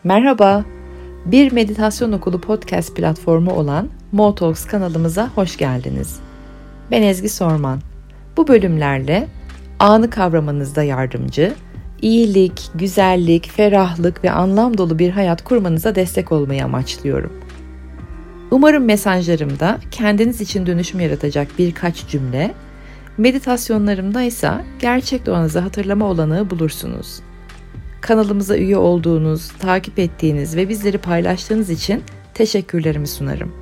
Merhaba, bir meditasyon okulu podcast platformu olan Motalks kanalımıza hoş geldiniz. Ben Ezgi Sorman. Bu bölümlerle anı kavramanızda yardımcı, iyilik, güzellik, ferahlık ve anlam dolu bir hayat kurmanıza destek olmayı amaçlıyorum. Umarım mesajlarımda kendiniz için dönüşüm yaratacak birkaç cümle, meditasyonlarımda ise gerçek doğanızı hatırlama olanağı bulursunuz. Kanalımıza üye olduğunuz, takip ettiğiniz ve bizleri paylaştığınız için teşekkürlerimi sunarım.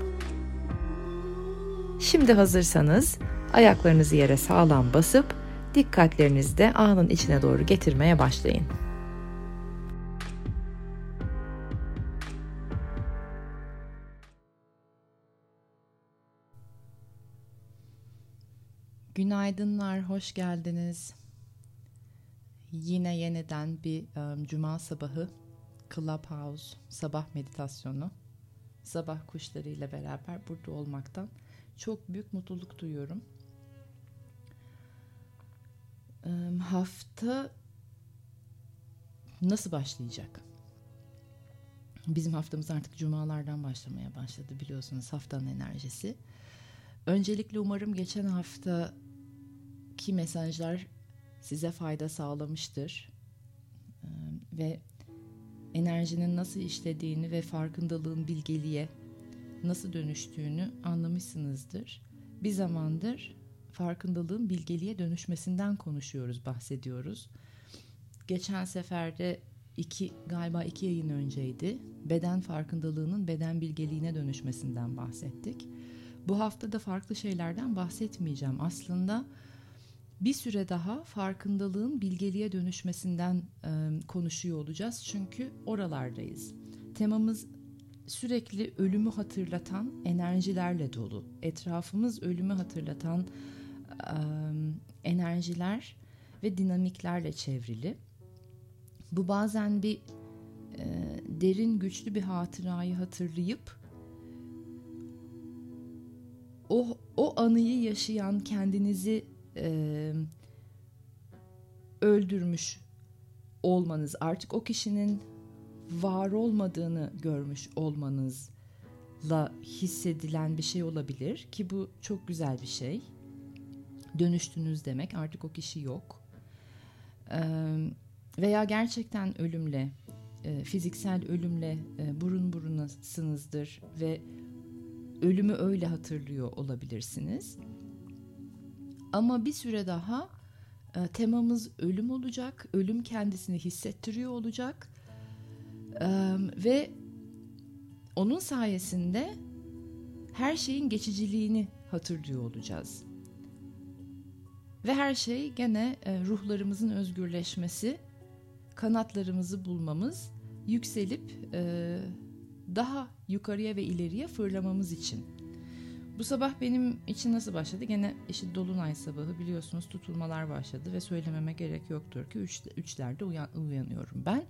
Şimdi hazırsanız ayaklarınızı yere sağlam basıp dikkatlerinizi de anın içine doğru getirmeye başlayın. Günaydınlar, hoş geldiniz. Yine yeniden bir cuma sabahı Clubhouse sabah meditasyonu, sabah kuşları ile beraber burada olmaktan çok büyük mutluluk duyuyorum. Hafta nasıl başlayacak? Bizim haftamız artık cumalardan başlamaya başladı, biliyorsunuz, haftanın enerjisi. Öncelikle umarım geçen haftaki mesajlar size fayda sağlamıştır ve enerjinin nasıl işlediğini ve farkındalığın bilgeliğe nasıl dönüştüğünü anlamışsınızdır. Bir zamandır farkındalığın bilgeliğe dönüşmesinden konuşuyoruz, bahsediyoruz. Geçen seferde galiba 2 yayın önceydi. Beden farkındalığının beden bilgeliğine dönüşmesinden bahsettik. Bu hafta da farklı şeylerden bahsetmeyeceğim. Aslında bir süre daha farkındalığın bilgeliğe dönüşmesinden konuşuyor olacağız. Çünkü oralardayız. Temamız sürekli ölümü hatırlatan enerjilerle dolu. Etrafımız ölümü hatırlatan enerjiler ve dinamiklerle çevrili. Bu bazen bir derin, güçlü bir hatırayı hatırlayıp o anıyı yaşayan kendinizi öldürmüş olmanız, artık o kişinin var olmadığını görmüş olmanızla hissedilen bir şey olabilir ki bu çok güzel bir şey. Dönüştünüz demek, artık o kişi yok. Veya gerçekten ölümle, fiziksel ölümle burun burunasınızdır ve ölümü öyle hatırlıyor olabilirsiniz. Ama bir süre daha temamız ölüm olacak. Ölüm kendisini hissettiriyor olacak. Ve onun sayesinde her şeyin geçiciliğini hatırlıyor olacağız. Ve her şey gene ruhlarımızın özgürleşmesi, kanatlarımızı bulmamız, yükselip daha yukarıya ve ileriye fırlamamız için. Bu sabah benim için nasıl başladı? Gene eşit dolunay sabahı, biliyorsunuz, tutulmalar başladı ve söylememe gerek yoktur ki 3'lerde uyanıyorum ben.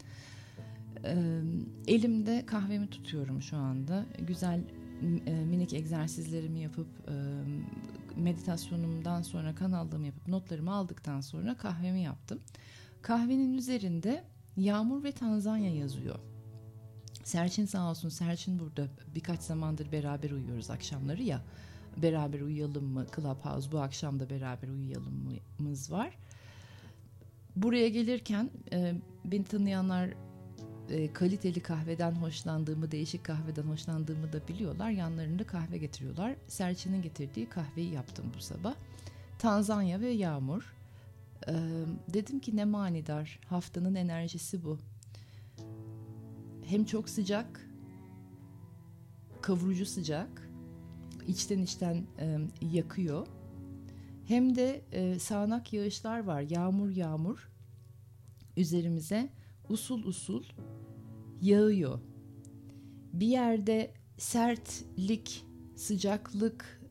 Elimde kahvemi tutuyorum şu anda. Güzel minik egzersizlerimi yapıp meditasyonumdan sonra kanallığımı yapıp notlarımı aldıktan sonra kahvemi yaptım. Kahvenin üzerinde Yağmur ve Tanzanya yazıyor. Serçin sağ olsun, Serçin burada birkaç zamandır beraber uyuyoruz akşamları ya. Beraber uyuyalım mı Clubhouse, bu akşam da beraber uyuyalım mı'mız var. Buraya gelirken beni tanıyanlar kaliteli kahveden hoşlandığımı, değişik kahveden hoşlandığımı da biliyorlar. Yanlarında kahve getiriyorlar. Serçin'in getirdiği kahveyi yaptım bu sabah. Tanzanya ve Yağmur. Dedim ki ne manidar, haftanın enerjisi bu. Hem çok sıcak, kavurucu sıcak, içten yakıyor. Hem de sağanak yağışlar var, yağmur üzerimize usul usul yağıyor. Bir yerde sertlik, sıcaklık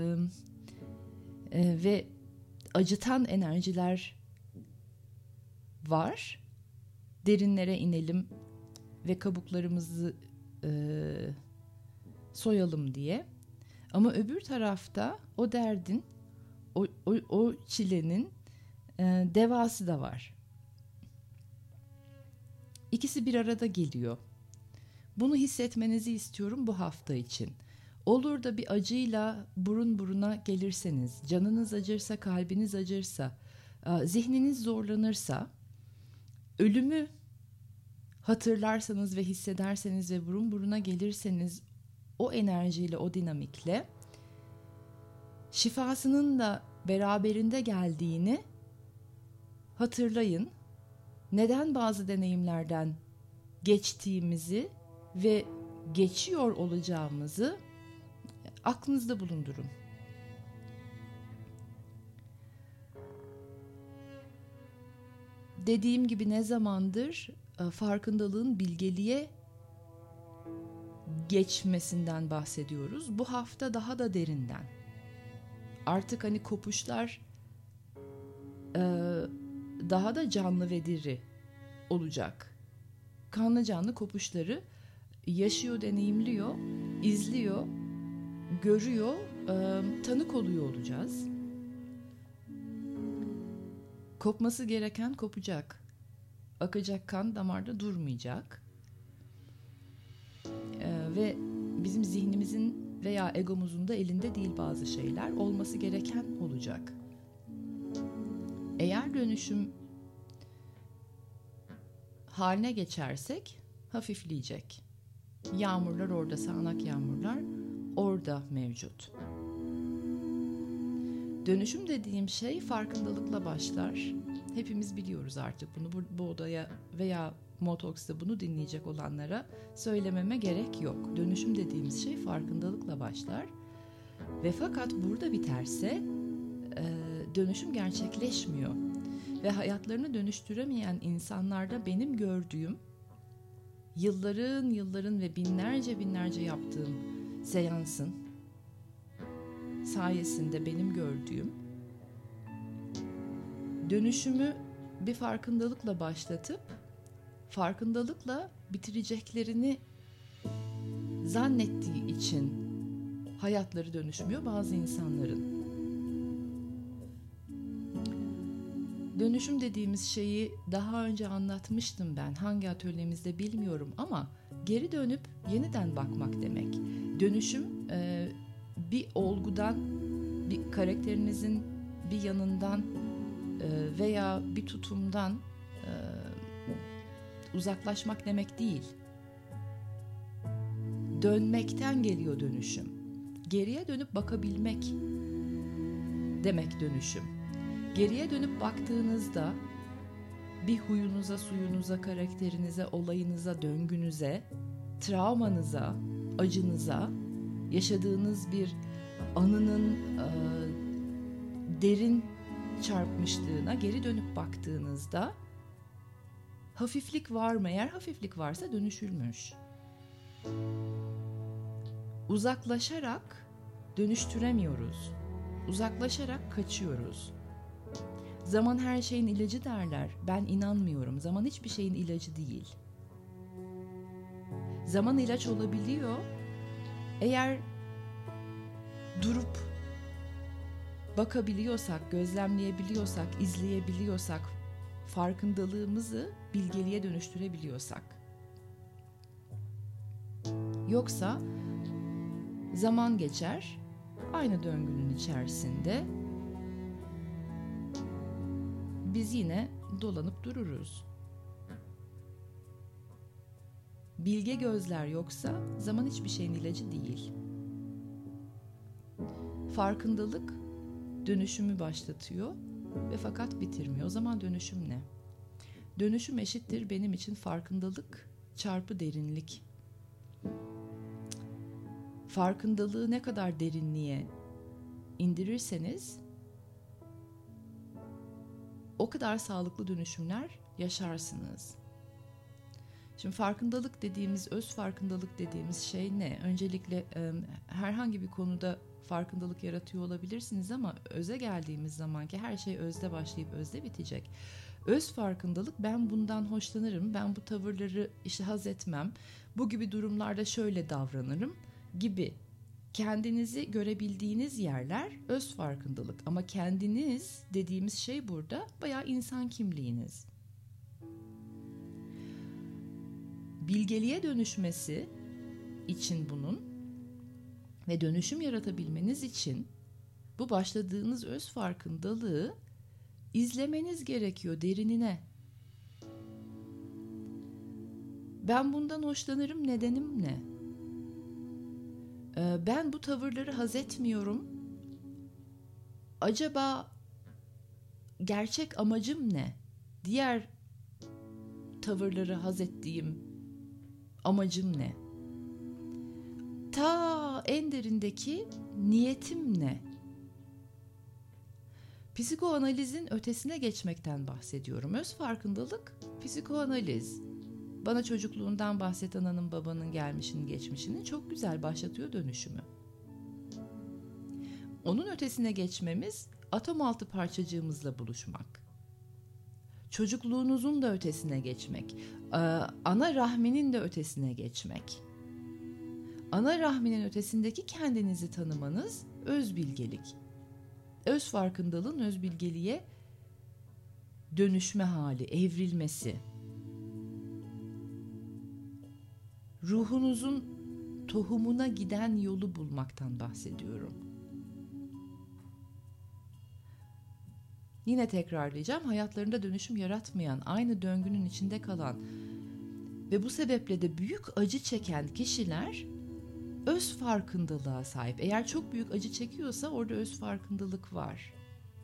ve acıtan enerjiler var. Derinlere inelim ve kabuklarımızı soyalım diye. Ama öbür tarafta o derdin, o çilenin devası da var. İkisi bir arada geliyor. Bunu hissetmenizi istiyorum bu hafta için. Olur da bir acıyla burun buruna gelirseniz, canınız acırsa, kalbiniz acırsa, zihniniz zorlanırsa, ölümü hatırlarsanız ve hissederseniz ve burun buruna gelirseniz, o enerjiyle, o dinamikle şifasının da beraberinde geldiğini hatırlayın. Neden bazı deneyimlerden geçtiğimizi ve geçiyor olacağımızı aklınızda bulundurun. Dediğim gibi ne zamandır farkındalığın bilgeliğe geçmesinden bahsediyoruz. Bu hafta daha da derinden. Artık hani kopuşlar daha da canlı ve diri olacak. Kanlı canlı kopuşları yaşıyor, deneyimliyor, izliyor, görüyor, tanık oluyor olacağız. Kopması gereken kopacak. Akacak kan damarda durmayacak. Ve bizim zihnimizin veya egomuzun da elinde değil bazı şeyler. Olması gereken olacak. Eğer dönüşüm haline geçersek hafifleyecek. Yağmurlar orada, sağanak yağmurlar orada mevcut. Dönüşüm dediğim şey farkındalıkla başlar. Hepimiz biliyoruz artık bunu. Bu odaya veya Motox'ta bunu dinleyecek olanlara söylememe gerek yok. Dönüşüm dediğimiz şey farkındalıkla başlar. Ve fakat burada biterse dönüşüm gerçekleşmiyor. Ve hayatlarını dönüştüremeyen insanlarda benim gördüğüm, yılların ve binlerce yaptığım seansın sayesinde benim gördüğüm, dönüşümü bir farkındalıkla başlatıp farkındalıkla bitireceklerini zannettiği için hayatları dönüşmüyor bazı insanların. Dönüşüm dediğimiz şeyi daha önce anlatmıştım ben. Hangi atölyemizde bilmiyorum ama geri dönüp yeniden bakmak demek. Dönüşüm bir olgudan, bir karakterinizin bir yanından veya bir tutumdan uzaklaşmak demek değil. Dönmekten geliyor dönüşüm. Geriye dönüp bakabilmek demek dönüşüm. Geriye dönüp baktığınızda bir huyunuza, suyunuza, karakterinize, olayınıza, döngünüze, travmanıza, acınıza, yaşadığınız bir anının derin çarpmışlığına geri dönüp baktığınızda hafiflik var mı? Eğer hafiflik varsa dönüşülmüş. Uzaklaşarak dönüştüremiyoruz. Uzaklaşarak kaçıyoruz. Zaman her şeyin ilacı derler. Ben inanmıyorum. Zaman hiçbir şeyin ilacı değil. Zaman ilaç olabiliyor. Eğer durup bakabiliyorsak, gözlemleyebiliyorsak, izleyebiliyorsak, farkındalığımızı bilgeliğe dönüştürebiliyorsak. Yoksa zaman geçer, aynı döngünün içerisinde biz yine dolanıp dururuz. Bilge gözler yoksa zaman hiçbir şeyin ilacı değil. Farkındalık dönüşümü başlatıyor ve fakat bitirmiyor. O zaman dönüşüm ne? Dönüşüm eşittir benim için farkındalık çarpı derinlik. Farkındalığı ne kadar derinliğe indirirseniz o kadar sağlıklı dönüşümler yaşarsınız. Şimdi farkındalık dediğimiz, öz farkındalık dediğimiz şey ne? Öncelikle herhangi bir konuda farkındalık yaratıyor olabilirsiniz ama öze geldiğimiz zaman ki her şey özde başlayıp özde bitecek. Öz farkındalık, ben bundan hoşlanırım, ben bu tavırları haz etmem, bu gibi durumlarda şöyle davranırım gibi kendinizi görebildiğiniz yerler öz farkındalık. Ama kendiniz dediğimiz şey burada bayağı insan kimliğiniz. bilgeliğe dönüşmesi için bunun ve dönüşüm yaratabilmeniz için bu başladığınız öz farkındalığı izlemeniz gerekiyor derinine. Ben bundan hoşlanırım, nedenim ne? Ben bu tavırları haz etmiyorum. Acaba gerçek amacım ne? Diğer tavırları haz ettiğim amacım ne? Ta en derindeki niyetim ne? Psikoanalizin ötesine geçmekten bahsediyorum. Öz farkındalık, psikoanaliz. Bana çocukluğundan bahset, ananın babanın gelmişini geçmişini, çok güzel başlatıyor dönüşümü. Onun ötesine geçmemiz atom altı parçacığımızla buluşmak. Çocukluğunuzun da ötesine geçmek. Ana rahminin de ötesine geçmek. Ana rahminin ötesindeki kendinizi tanımanız öz bilgelik. Öz farkındalığın öz bilgeliğe dönüşme hali, evrilmesi. Ruhunuzun tohumuna giden yolu bulmaktan bahsediyorum. Yine tekrarlayacağım, hayatlarında dönüşüm yaratmayan, aynı döngünün içinde kalan ve bu sebeple de büyük acı çeken kişiler öz farkındalığa sahip. Eğer çok büyük acı çekiyorsa orada öz farkındalık var.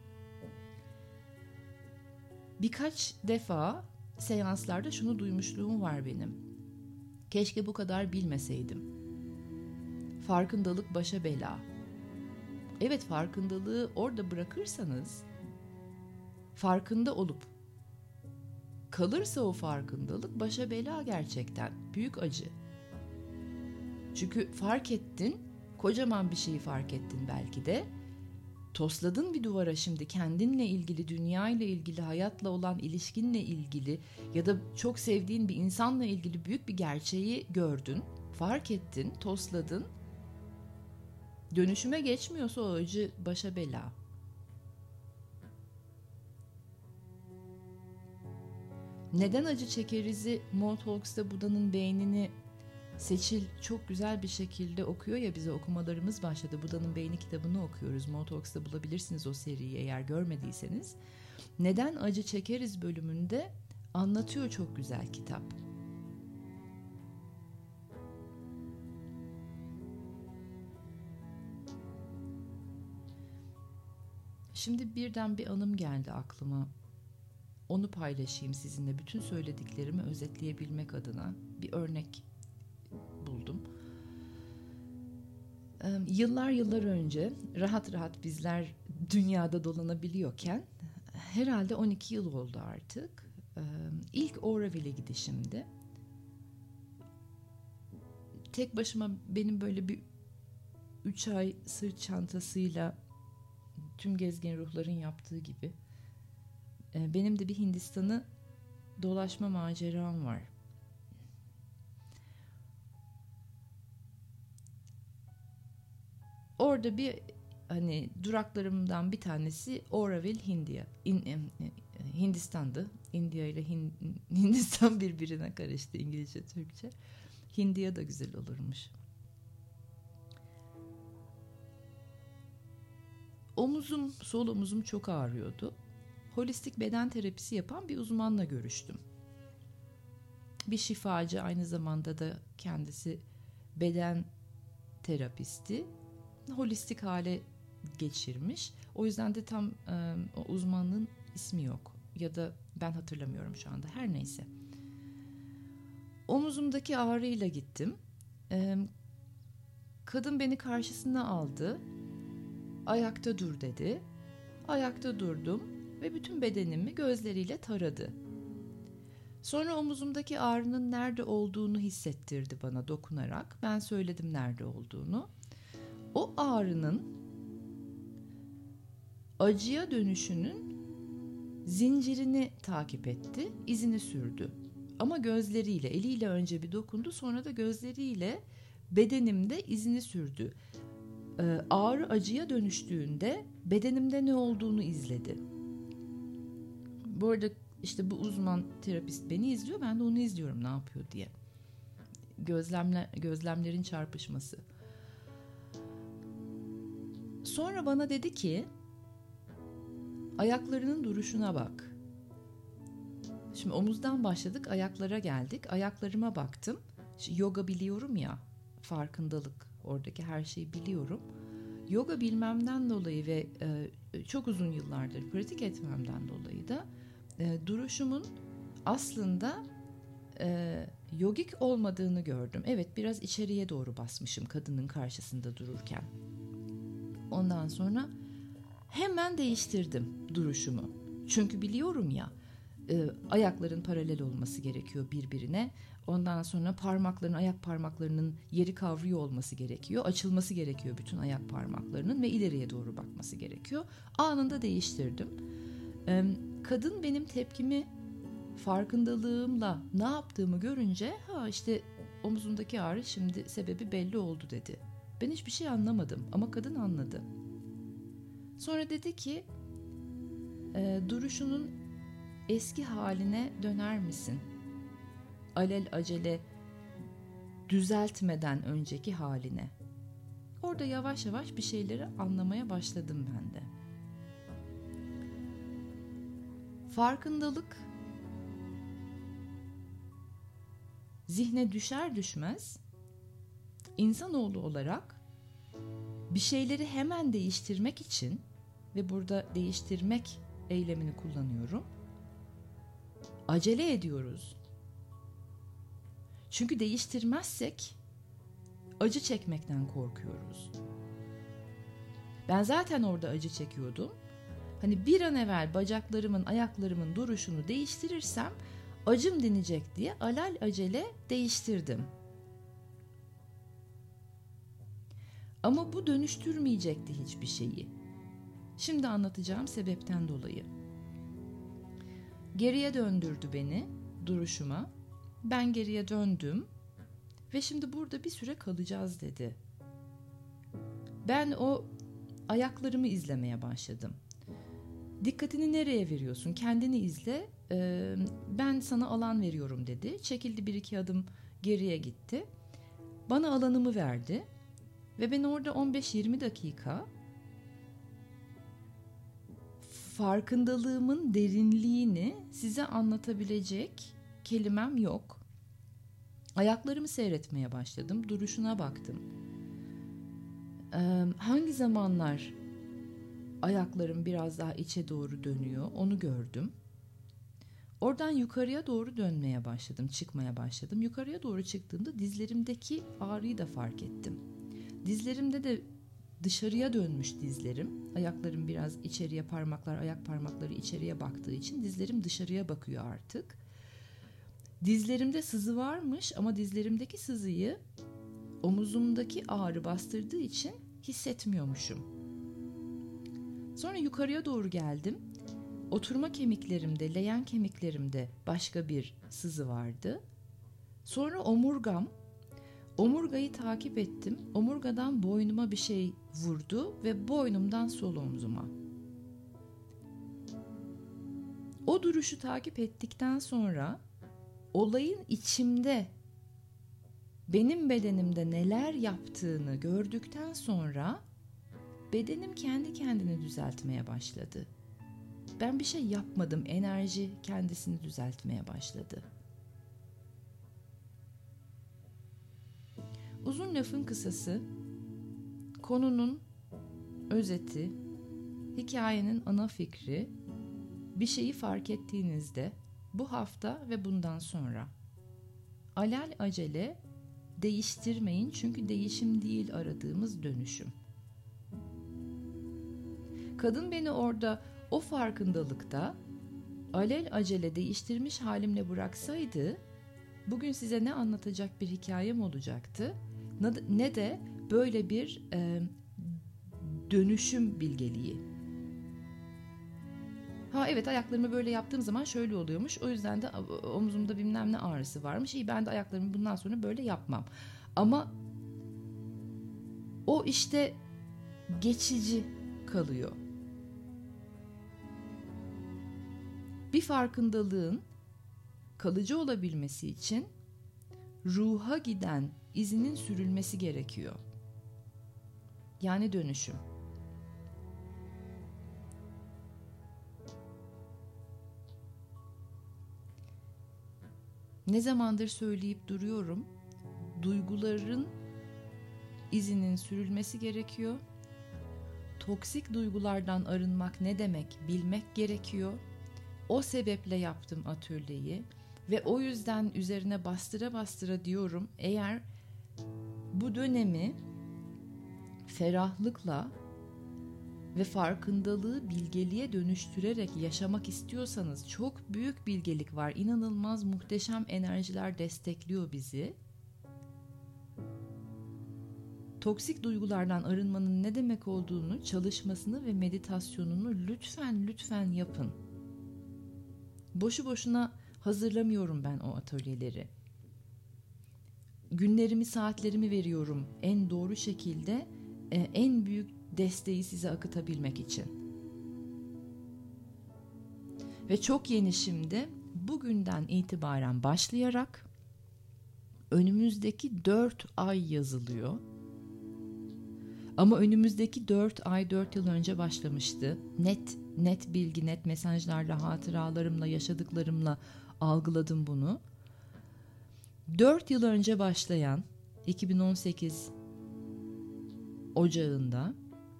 Birkaç defa seanslarda şunu duymuşluğum var benim. Keşke bu kadar bilmeseydim. Farkındalık başa bela. Evet, farkındalığı orada bırakırsanız, farkında olup kalırsa o farkındalık başa bela gerçekten. Büyük acı. Çünkü fark ettin, kocaman bir şeyi fark ettin belki de. Tosladın bir duvara şimdi kendinle ilgili, dünyayla ilgili, hayatla olan ilişkinle ilgili ya da çok sevdiğin bir insanla ilgili büyük bir gerçeği gördün, fark ettin, tosladın. Dönüşüme geçmiyorsa o acı başa bela. Neden acı çekeriz'i Mo Talks'ta Buda'nın beynini Seçil çok güzel bir şekilde okuyor ya, bize okumalarımız başladı. Buda'nın Beyni kitabını okuyoruz. Mo Talks'ta bulabilirsiniz o seriyi eğer görmediyseniz. Neden acı çekeriz bölümünde anlatıyor çok güzel kitap. Şimdi birden bir anım geldi aklıma. Onu paylaşayım sizinle. Bütün söylediklerimi özetleyebilmek adına bir örnek buldum. Yıllar önce rahat rahat bizler dünyada dolanabiliyorken, herhalde 12 yıl oldu artık. İlk Auroville'e gidişimdi. Tek başıma, benim böyle bir 3 ay sırt çantasıyla tüm gezgin ruhların yaptığı gibi benim de bir Hindistan'ı dolaşma maceram var. Orada bir duraklarımdan bir tanesi Auroville, Hindistan'dı. India ile Hindistan birbirine karıştı, İngilizce, Türkçe. Hindiya da güzel olurmuş. Sol omuzum çok ağrıyordu. Holistik beden terapisi yapan bir uzmanla görüştüm. Bir şifacı, aynı zamanda da kendisi beden terapisti. Holistik hale geçirmiş. O yüzden de tam o uzmanlığın ismi yok. Ya da ben hatırlamıyorum şu anda. Her neyse. Omuzumdaki ağrıyla gittim. Kadın beni karşısına aldı. Ayakta dur dedi. Ayakta durdum ve bütün bedenimi gözleriyle taradı. Sonra omuzumdaki ağrının nerede olduğunu hissettirdi bana dokunarak. Ben söyledim nerede olduğunu. O ağrının acıya dönüşünün zincirini takip etti, izini sürdü. Ama gözleriyle, eliyle önce bir dokundu, sonra da gözleriyle bedenimde izini sürdü. Ağrı acıya dönüştüğünde bedenimde ne olduğunu izledi. Bu arada işte bu uzman terapist beni izliyor, ben de onu izliyorum ne yapıyor diye. gözlemlerin çarpışması. Sonra bana dedi ki, ayaklarının duruşuna bak. Şimdi omuzdan başladık, ayaklara geldik. Ayaklarıma baktım. Yoga biliyorum ya, farkındalık, oradaki her şeyi biliyorum. Yoga bilmemden dolayı ve çok uzun yıllardır pratik etmemden dolayı da duruşumun aslında yogik olmadığını gördüm. Evet, biraz içeriye doğru basmışım kadının karşısında dururken. Ondan sonra hemen değiştirdim duruşumu. Çünkü biliyorum ya, ayakların paralel olması gerekiyor birbirine. Ondan sonra ayak parmaklarının yeri kavruyor olması gerekiyor. Açılması gerekiyor bütün ayak parmaklarının ve ileriye doğru bakması gerekiyor. Anında değiştirdim. Kadın benim tepkimi, farkındalığımla ne yaptığımı görünce, işte omuzundaki ağrı şimdi sebebi belli oldu dedi. Ben hiçbir şey anlamadım ama kadın anladı. Sonra dedi ki, duruşunun eski haline döner misin? Alel acele düzeltmeden önceki haline. Orada yavaş yavaş bir şeyleri anlamaya başladım ben de. Farkındalık zihne düşer düşmez insanoğlu olarak bir şeyleri hemen değiştirmek için, ve burada değiştirmek eylemini kullanıyorum, acele ediyoruz. Çünkü değiştirmezsek acı çekmekten korkuyoruz. Ben zaten orada acı çekiyordum. Hani bir an evvel bacaklarımın, ayaklarımın duruşunu değiştirirsem acım dinecek diye alelacele değiştirdim. Ama bu dönüştürmeyecekti hiçbir şeyi. Şimdi anlatacağım sebepten dolayı. Geriye döndürdü beni duruşuma. Ben geriye döndüm ve şimdi burada bir süre kalacağız dedi. Ben o ayaklarımı izlemeye başladım. Dikkatini nereye veriyorsun? Kendini izle. Ben sana alan veriyorum dedi. Çekildi, 1-2 adım geriye gitti. Bana alanımı verdi ve ben orada 15-20 dakika farkındalığımın derinliğini size anlatabilecek kelimem yok. Ayaklarımı seyretmeye başladım. Duruşuna baktım. Hangi zamanlar ayaklarım biraz daha içe doğru dönüyor, onu gördüm. Oradan yukarıya doğru dönmeye başladım, çıkmaya başladım. Yukarıya doğru çıktığımda dizlerimdeki ağrıyı da fark ettim. Dizlerimde de dışarıya dönmüş dizlerim. Ayaklarım biraz içeriye, ayak parmakları içeriye baktığı için dizlerim dışarıya bakıyor artık. Dizlerimde sızı varmış ama dizlerimdeki sızıyı omuzumdaki ağrı bastırdığı için hissetmiyormuşum. Sonra yukarıya doğru geldim. Oturma kemiklerimde, leğen kemiklerimde başka bir sızı vardı. Sonra omurgayı takip ettim. Omurgadan boynuma bir şey vurdu ve boynumdan sol omzuma. O duruşu takip ettikten sonra olayın içimde, benim bedenimde neler yaptığını gördükten sonra bedenim kendi kendini düzeltmeye başladı. Ben bir şey yapmadım, enerji kendisini düzeltmeye başladı. Uzun lafın kısası, konunun özeti, hikayenin ana fikri, bir şeyi fark ettiğinizde bu hafta ve bundan sonra alelacele değiştirmeyin, çünkü değişim değil aradığımız, dönüşüm. Kadın beni orada o farkındalıkta alelacele değiştirmiş halimle bıraksaydı bugün size ne anlatacak bir hikayem olacaktı ne de böyle bir dönüşüm bilgeliği. Evet, ayaklarımı böyle yaptığım zaman şöyle oluyormuş, o yüzden de omzumda bilmem ne ağrısı varmış. Ben de ayaklarımı bundan sonra böyle yapmam. Ama o işte geçici kalıyor. Bir farkındalığın kalıcı olabilmesi için ruha giden izinin sürülmesi gerekiyor. Yani dönüşüm. Ne zamandır söyleyip duruyorum. Duyguların izinin sürülmesi gerekiyor. Toksik duygulardan arınmak ne demek bilmek gerekiyor. O sebeple yaptım atölyeyi ve o yüzden üzerine bastıra bastıra diyorum, eğer bu dönemi ferahlıkla ve farkındalığı bilgeliğe dönüştürerek yaşamak istiyorsanız, çok büyük bilgelik var, inanılmaz muhteşem enerjiler destekliyor bizi. Toksik duygulardan arınmanın ne demek olduğunu, çalışmasını ve meditasyonunu lütfen yapın. Boşu boşuna hazırlamıyorum ben o atölyeleri. Günlerimi, saatlerimi veriyorum en doğru şekilde, en büyük desteği size akıtabilmek için. Ve çok yeni şimdi, bugünden itibaren başlayarak önümüzdeki 4 ay yazılıyor. Ama önümüzdeki 4 ay 4 yıl önce başlamıştı. Net bilgi, net mesajlarla, hatıralarımla, yaşadıklarımla algıladım bunu. 4 yıl önce başlayan 2018 Ocağında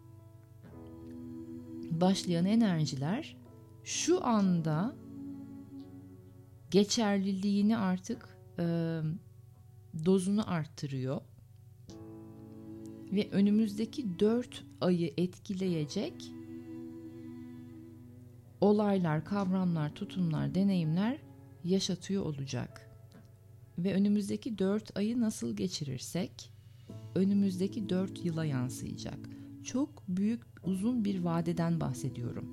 başlayan enerjiler şu anda geçerliliğini artık dozunu arttırıyor. Ve önümüzdeki 4 ayı etkileyecek olaylar, kavramlar, tutumlar, deneyimler yaşatıyor olacak. Ve önümüzdeki 4 ayı nasıl geçirirsek önümüzdeki 4 yıla yansıyacak. Çok büyük, uzun bir vadeden bahsediyorum.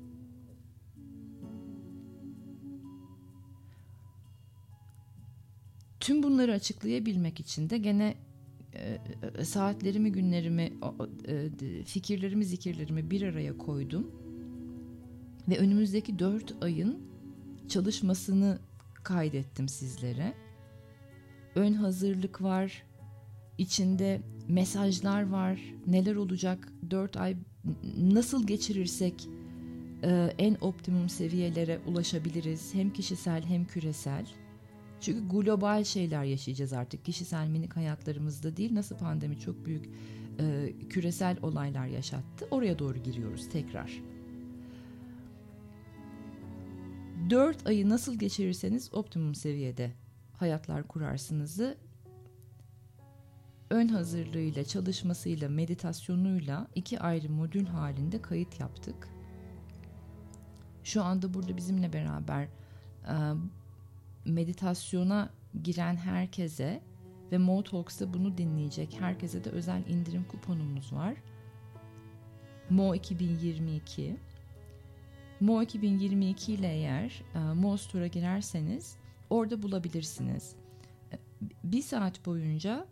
Tüm bunları açıklayabilmek için de gene saatlerimi, günlerimi, fikirlerimi, zikirlerimi bir araya koydum. Ve önümüzdeki 4 ayın çalışmasını kaydettim sizlere. Ön hazırlık var, içinde mesajlar var, neler olacak, 4 ay nasıl geçirirsek en optimum seviyelere ulaşabiliriz, hem kişisel hem küresel. Çünkü global şeyler yaşayacağız artık, kişisel minik hayatlarımızda değil. Nasıl pandemi çok büyük küresel olaylar yaşattı, oraya doğru giriyoruz tekrar. 4 ayı nasıl geçirirseniz optimum seviyede hayatlar kurarsınızı ön hazırlığıyla, çalışmasıyla, meditasyonuyla 2 ayrı modül halinde kayıt yaptık. Şu anda burada bizimle beraber meditasyona giren herkese ve Mo Talks'ta bunu dinleyecek herkese de özel indirim kuponumuz var. Mo 2022. Mo 2022 ile eğer Mo Store'a girerseniz orada bulabilirsiniz. 1 saat boyunca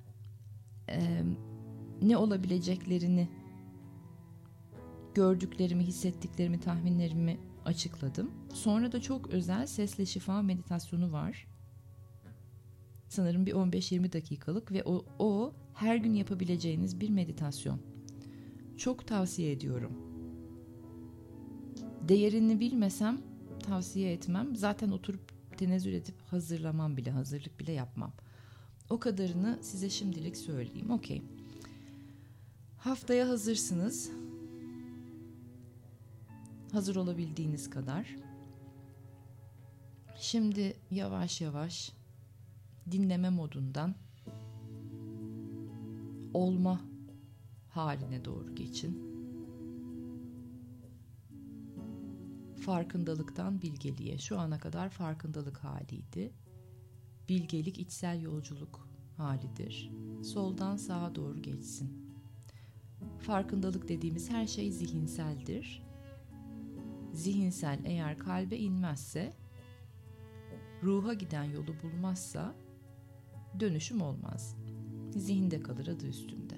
ne olabileceklerini, gördüklerimi, hissettiklerimi, tahminlerimi açıkladım. Sonra da çok özel sesle şifa meditasyonu var. Sanırım bir 15-20 dakikalık ve o her gün yapabileceğiniz bir meditasyon. Çok tavsiye ediyorum. Değerini bilmesem tavsiye etmem. Zaten oturup tenezzül edip hazırlık bile yapmam. O kadarını size şimdilik söyleyeyim. Okey. Haftaya hazırsınız. Hazır olabildiğiniz kadar. Şimdi yavaş yavaş dinleme modundan olma haline doğru geçin. Farkındalıktan bilgeliğe. Şu ana kadar farkındalık haliydi. Bilgelik içsel yolculuk halidir. Soldan sağa doğru geçsin. Farkındalık dediğimiz her şey zihinseldir. Zihinsel eğer kalbe inmezse, ruha giden yolu bulmazsa dönüşüm olmaz. Zihinde kalır, adı üstünde.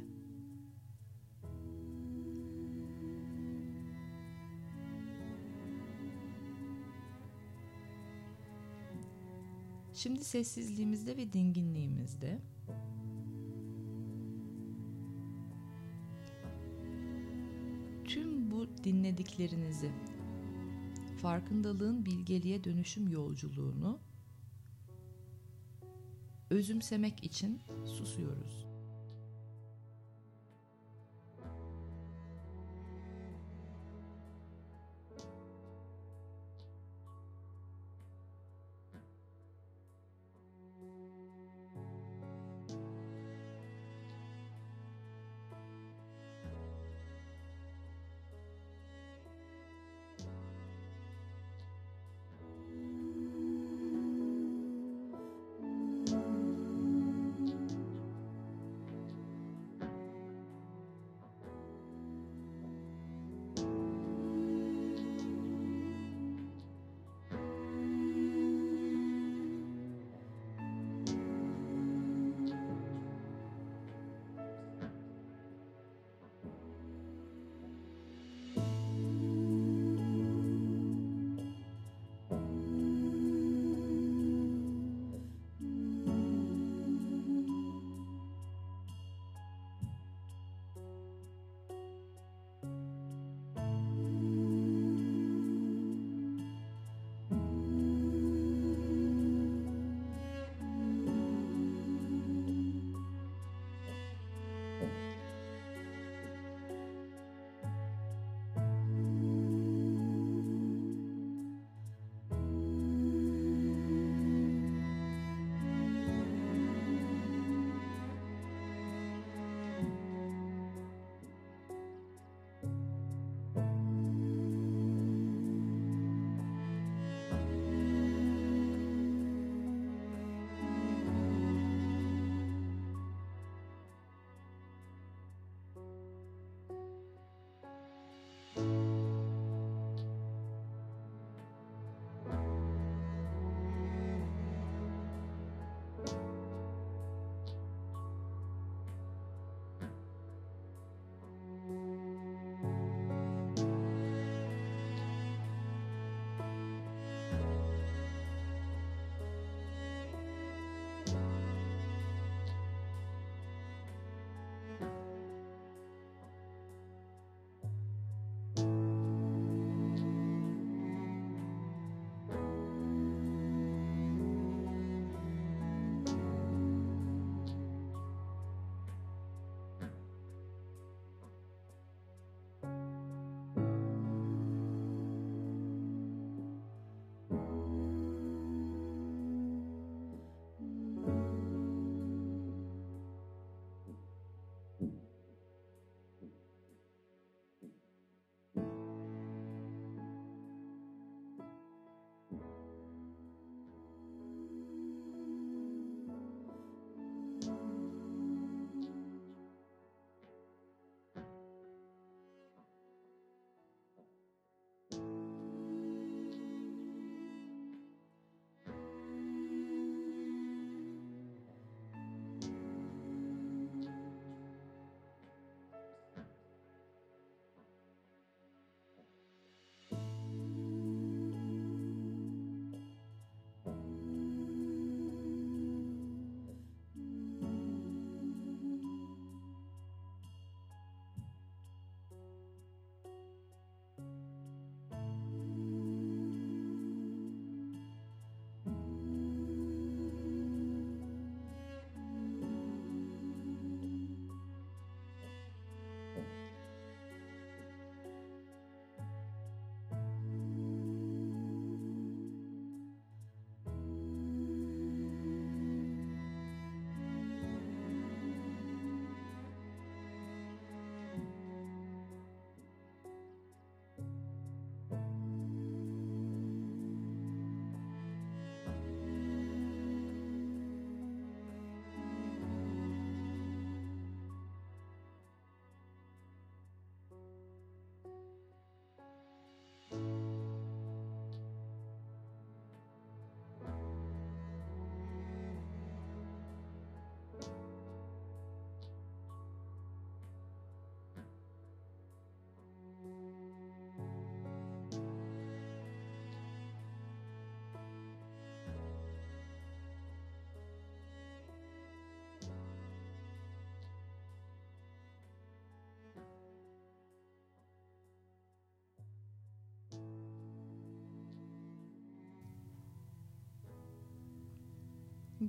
Şimdi sessizliğimizde ve dinginliğimizde tüm bu dinlediklerinizi, farkındalığın bilgeliğe dönüşüm yolculuğunu özümsemek için susuyoruz.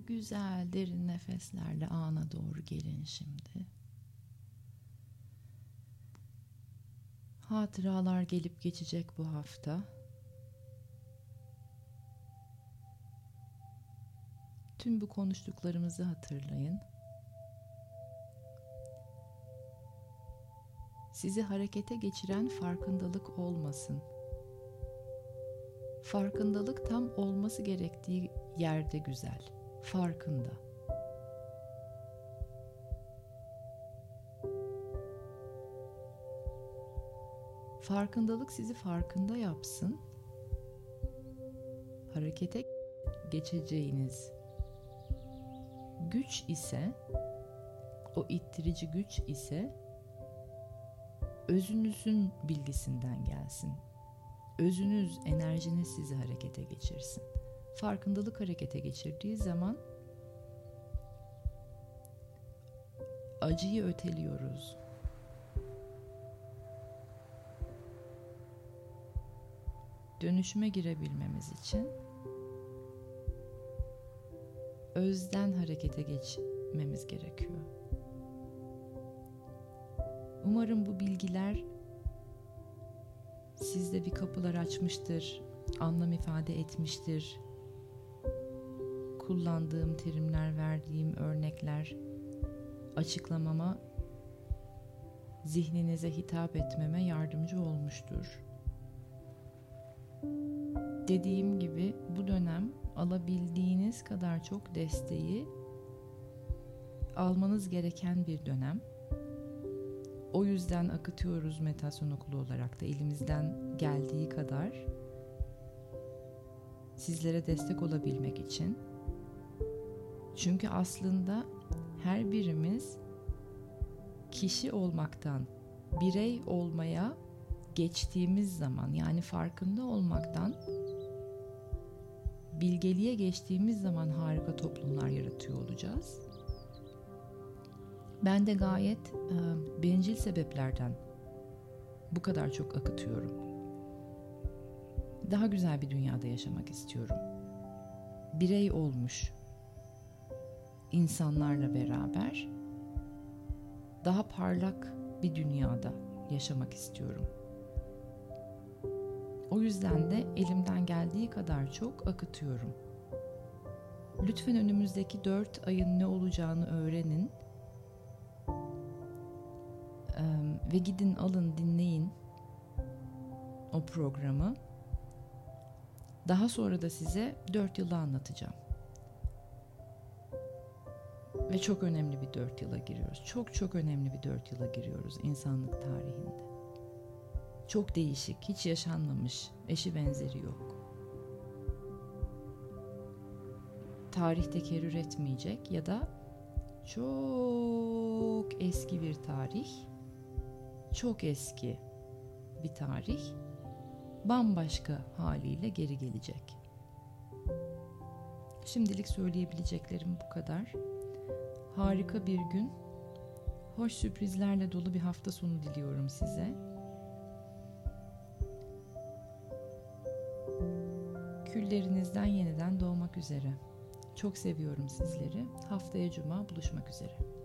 güzel derin nefeslerle ana doğru gelin şimdi. Hatıralar gelip geçecek bu hafta. Tüm bu konuştuklarımızı hatırlayın. Sizi harekete geçiren farkındalık olmasın. Farkındalık tam olması gerektiği yerde güzel. Farkında. Farkındalık sizi farkında yapsın. Harekete geçeceğiniz güç ise, o ittirici güç ise özünüzün bilgisinden gelsin. Özünüz, enerjiniz sizi harekete geçirsin. Farkındalık harekete geçirdiği zaman acıyı öteliyoruz. Dönüşüme girebilmemiz için özden harekete geçmemiz gerekiyor. Umarım bu bilgiler sizde bir kapılar açmıştır, anlam ifade etmiştir. Kullandığım terimler, verdiğim örnekler, açıklamama, zihninize hitap etmeme yardımcı olmuştur. Dediğim gibi bu dönem alabildiğiniz kadar çok desteği almanız gereken bir dönem. O yüzden akıtıyoruz meditasyon okulu olarak da elimizden geldiği kadar sizlere destek olabilmek için. Çünkü aslında her birimiz kişi olmaktan birey olmaya geçtiğimiz zaman, yani farkında olmaktan bilgeliğe geçtiğimiz zaman harika toplumlar yaratıyor olacağız. Ben de gayet bencil sebeplerden bu kadar çok akıtıyorum. Daha güzel bir dünyada yaşamak istiyorum. Birey olmuş insanlarla beraber daha parlak bir dünyada yaşamak istiyorum. O yüzden de elimden geldiği kadar çok akıtıyorum. Lütfen önümüzdeki 4 ayın ne olacağını öğrenin. Ve gidin, alın, dinleyin o programı. Daha sonra da size 4 yılı anlatacağım. Ve çok önemli bir 4 yıla giriyoruz. Çok çok önemli bir 4 yıla giriyoruz insanlık tarihinde. Çok değişik, hiç yaşanmamış, eşi benzeri yok. Tarih tekerrür etmeyecek ya da çok eski bir tarih, çok eski bir tarih bambaşka haliyle geri gelecek. Şimdilik söyleyebileceklerim bu kadar. Harika bir gün, hoş sürprizlerle dolu bir hafta sonu diliyorum size. Küllerinizden yeniden doğmak üzere. Çok seviyorum sizleri. Haftaya Cuma buluşmak üzere.